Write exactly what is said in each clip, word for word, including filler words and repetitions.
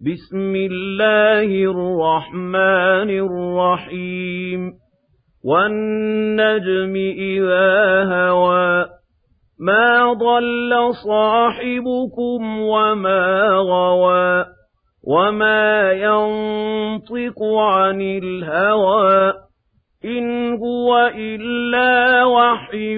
بسم الله الرحمن الرحيم والنجم إذا هوى ما ضل صاحبكم وما غوى وما ينطق عن الهوى إن هو إلا وحي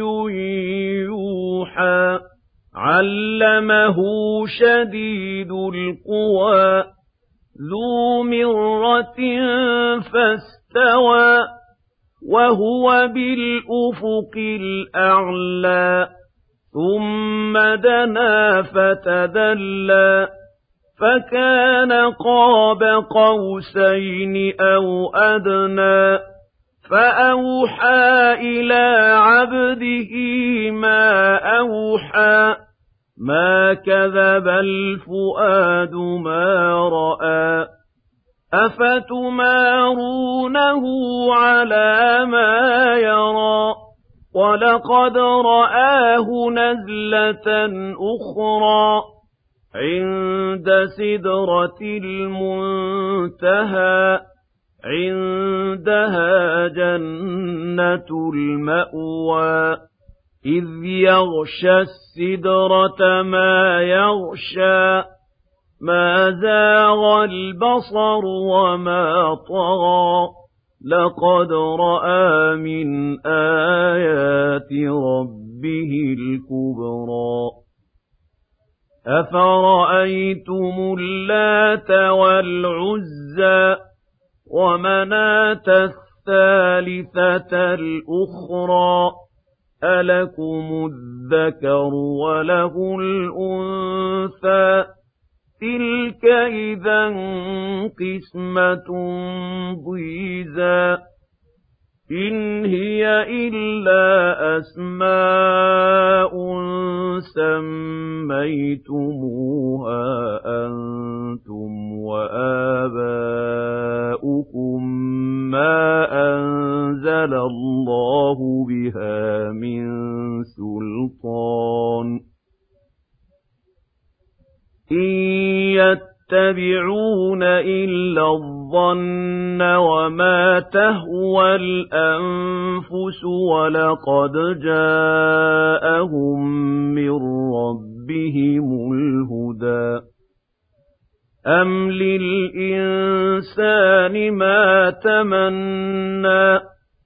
يوحى علمه شديد القوى ذو مرة فاستوى وهو بالأفق الأعلى ثم دنا فتدلى فكان قاب قوسين أو أدنى فأوحى إلى عبده ما أوحى ما كذب الفؤاد ما رأى أفتمارونه على ما يرى ولقد رآه نزلة أخرى عند سدرة المنتهى عندها جنة المأوى إذ يغشى السدرة ما يغشى ما زاغ البصر وما طغى لقد رأى من آيات ربه الكبرى أفرأيتم اللات والعزى ومناة الثالثة الأخرى ألكم الذكر وله الأنثى تلك إذا قسمة ضيزى إن هي إلا أسماء سميتموها أنتم وآباؤكم ما أنزل الله بها من سلطان إن يتبعون إلا الظن وما تهوى الأنفس ولقد جاءهم من ربهم الهدى أم للإنسان ما تمنى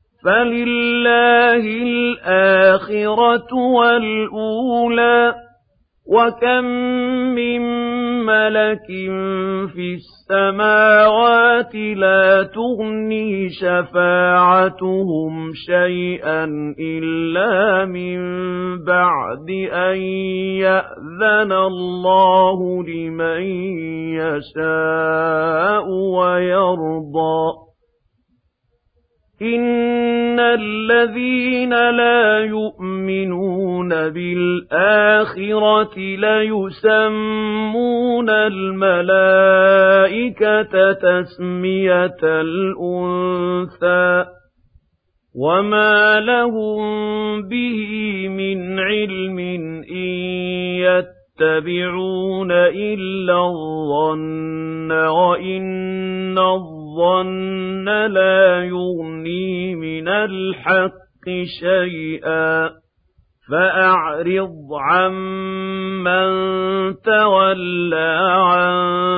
فلله الآخرة والأولى وكم من ملك في السماوات لا تغني شفاعتهم شيئا إلا من بعد أن يأذن الله لمن يشاء ويرضى إن الذين لا يؤمنون بالآخرة ليسمون الملائكة تسمية الأنثى وما لهم به من علم إن يتبعون إلا الظن وإن الظن لا يغني من الحق شيئا فأعرض عمن تولى عن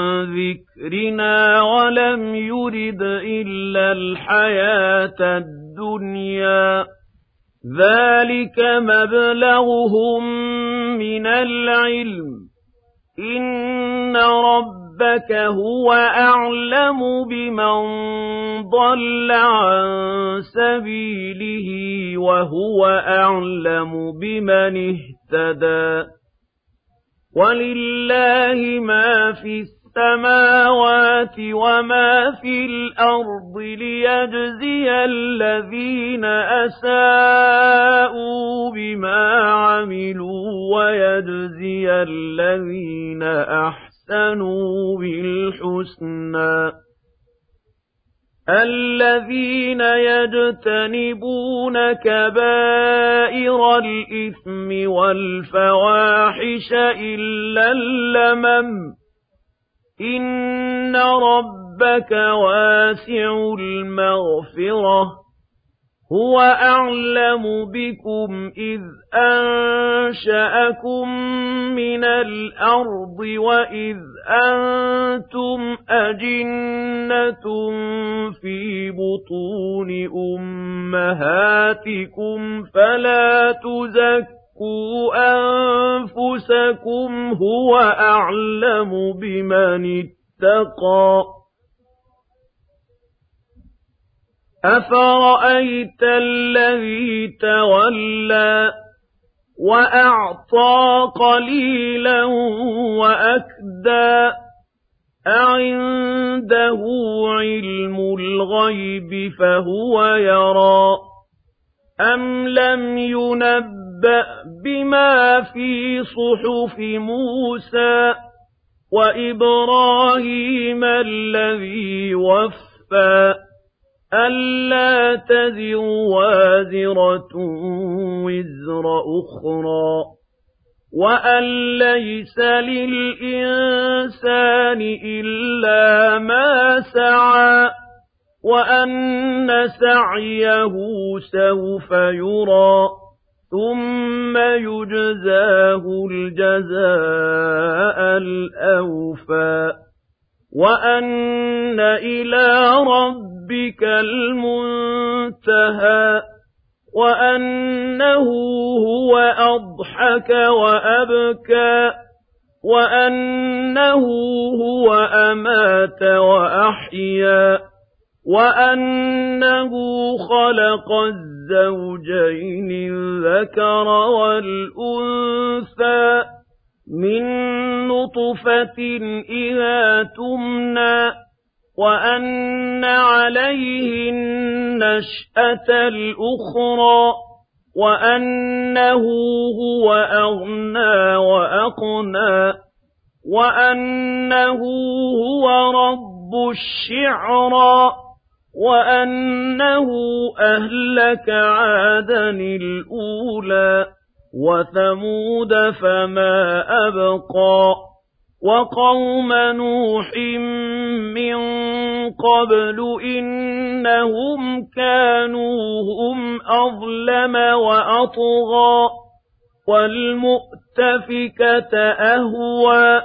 ذكرنا ولم يرد إلا الحياة الدنيا ذلك مبلغهم من العلم إن ربك هو أعلم بمن ضل عن سبيله وهو أعلم بمن اهتدى ولله ما في السماوات وما في الأرض ليجزي الذين أساءوا بما عملوا ويجزي الذين أحسنوا بالحسنى الذين يجتنبون كبائر الإثم والفواحش إلا اللمم إن إِنَّ رَبَّكَ وَاسِعُ الْمَغْفِرَةِ هُوَ أَعْلَمُ بِكُمْ إِذْ أَنشَأَكُم مِّنَ الْأَرْضِ وَإِذْ أَنتُمْ أَجِنَّةٌ فِي بُطُونِ أُمَّهَاتِكُمْ فَلَا تُزَكُّوا أَنفُسَكُمْ هُوَ أَعْلَمُ بِمَنِ اتَّقَىٰ أَفَرَأَيْتَ الَّذِي تَوَلَّىٰ وَأَعْطَىٰ قَلِيلًا وَأَكْدَىٰ أَعِندَهُ عِلْمُ الْغَيْبِ فَهُوَ يَرَىٰ أَمْ لَمْ يُنَبَّأْ بِمَا فِي صُحُفِ مُوسَىٰ وَإِبْرَاهِيمَ الَّذِي وَفَّىٰ أَلَّا تَزِرُ وَازِرَةٌ وِزْرَ أُخْرَىٰ وَأَن لَّيْسَ لِلْإِنسَانِ إِلَّا مَا سَعَىٰ وَأَنَّ سَعْيَهُ سَوْفَ يُرَىٰ ثُمَّ يُجْزَاهُ الْجَزَاءَ الْأَوْفَىٰ وَأَنَّ إِلَىٰ رَبِّكَ الْمُنتَهَىٰ وَأَنَّهُ هُوَ أَضْحَكَ وَأَبْكَىٰ وَأَنَّهُ هُوَ أَمَاتَ وَأَحْيَا وَأَنَّهُ خَلَقَ الزَّوْجَيْنِ الذَّكَرَ وَالْأُنثَىٰ مِن نُّطْفَةٍ إِذَا تُمْنَىٰ وَأَنَّ عَلَيْهِ النَّشْأَةَ الْأُخْرَىٰ وَأَنَّهُ هُوَ أَغْنَىٰ وَأَقْنَىٰ وَأَنَّهُ هُوَ رَبُّ الشِّعْرَىٰ وَأَنَّهُ أَهْلَكَ عَادًا الْأُولَىٰ وَثَمُودَ فَمَا أَبْقَىٰ وَقَوْمَ نُوحٍ مِّن قَبْلُ إِنَّهُمْ كَانُوا هُمْ أَظْلَمَ وَأَطْغَىٰ وَالْمُؤْتَفِكَةَ أَهْوَىٰ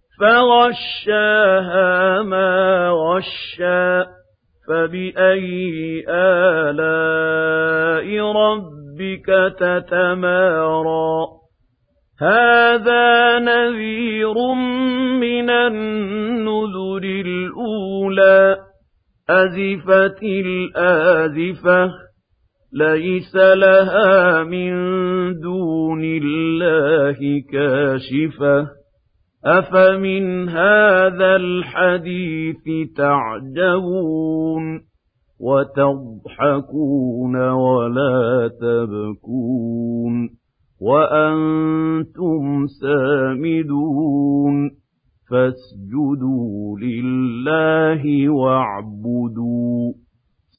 فَغَشَّاهَا مَا غَشَّىٰ فَبِأَيِّ آلَاءِ رَبِّكَ تَتَمَارَىٰ هَٰذَا نَذِيرٌ مِّنَ النُّذُرِ الْأُولَىٰ أَزِفَتِ الْآزِفَةُ لَيْسَ لَهَا مِن دُونِ اللَّهِ كَاشِفَةٌ أَفَمِنْ هَٰذَا الْحَدِيثِ تَعْجَبُونَ وَتَضْحَكُونَ وَلَا تَبْكُونَ وَأَنتُمْ سَامِدُونَ فَاسْجُدُوا لِلَّهِ وَاعْبُدُوا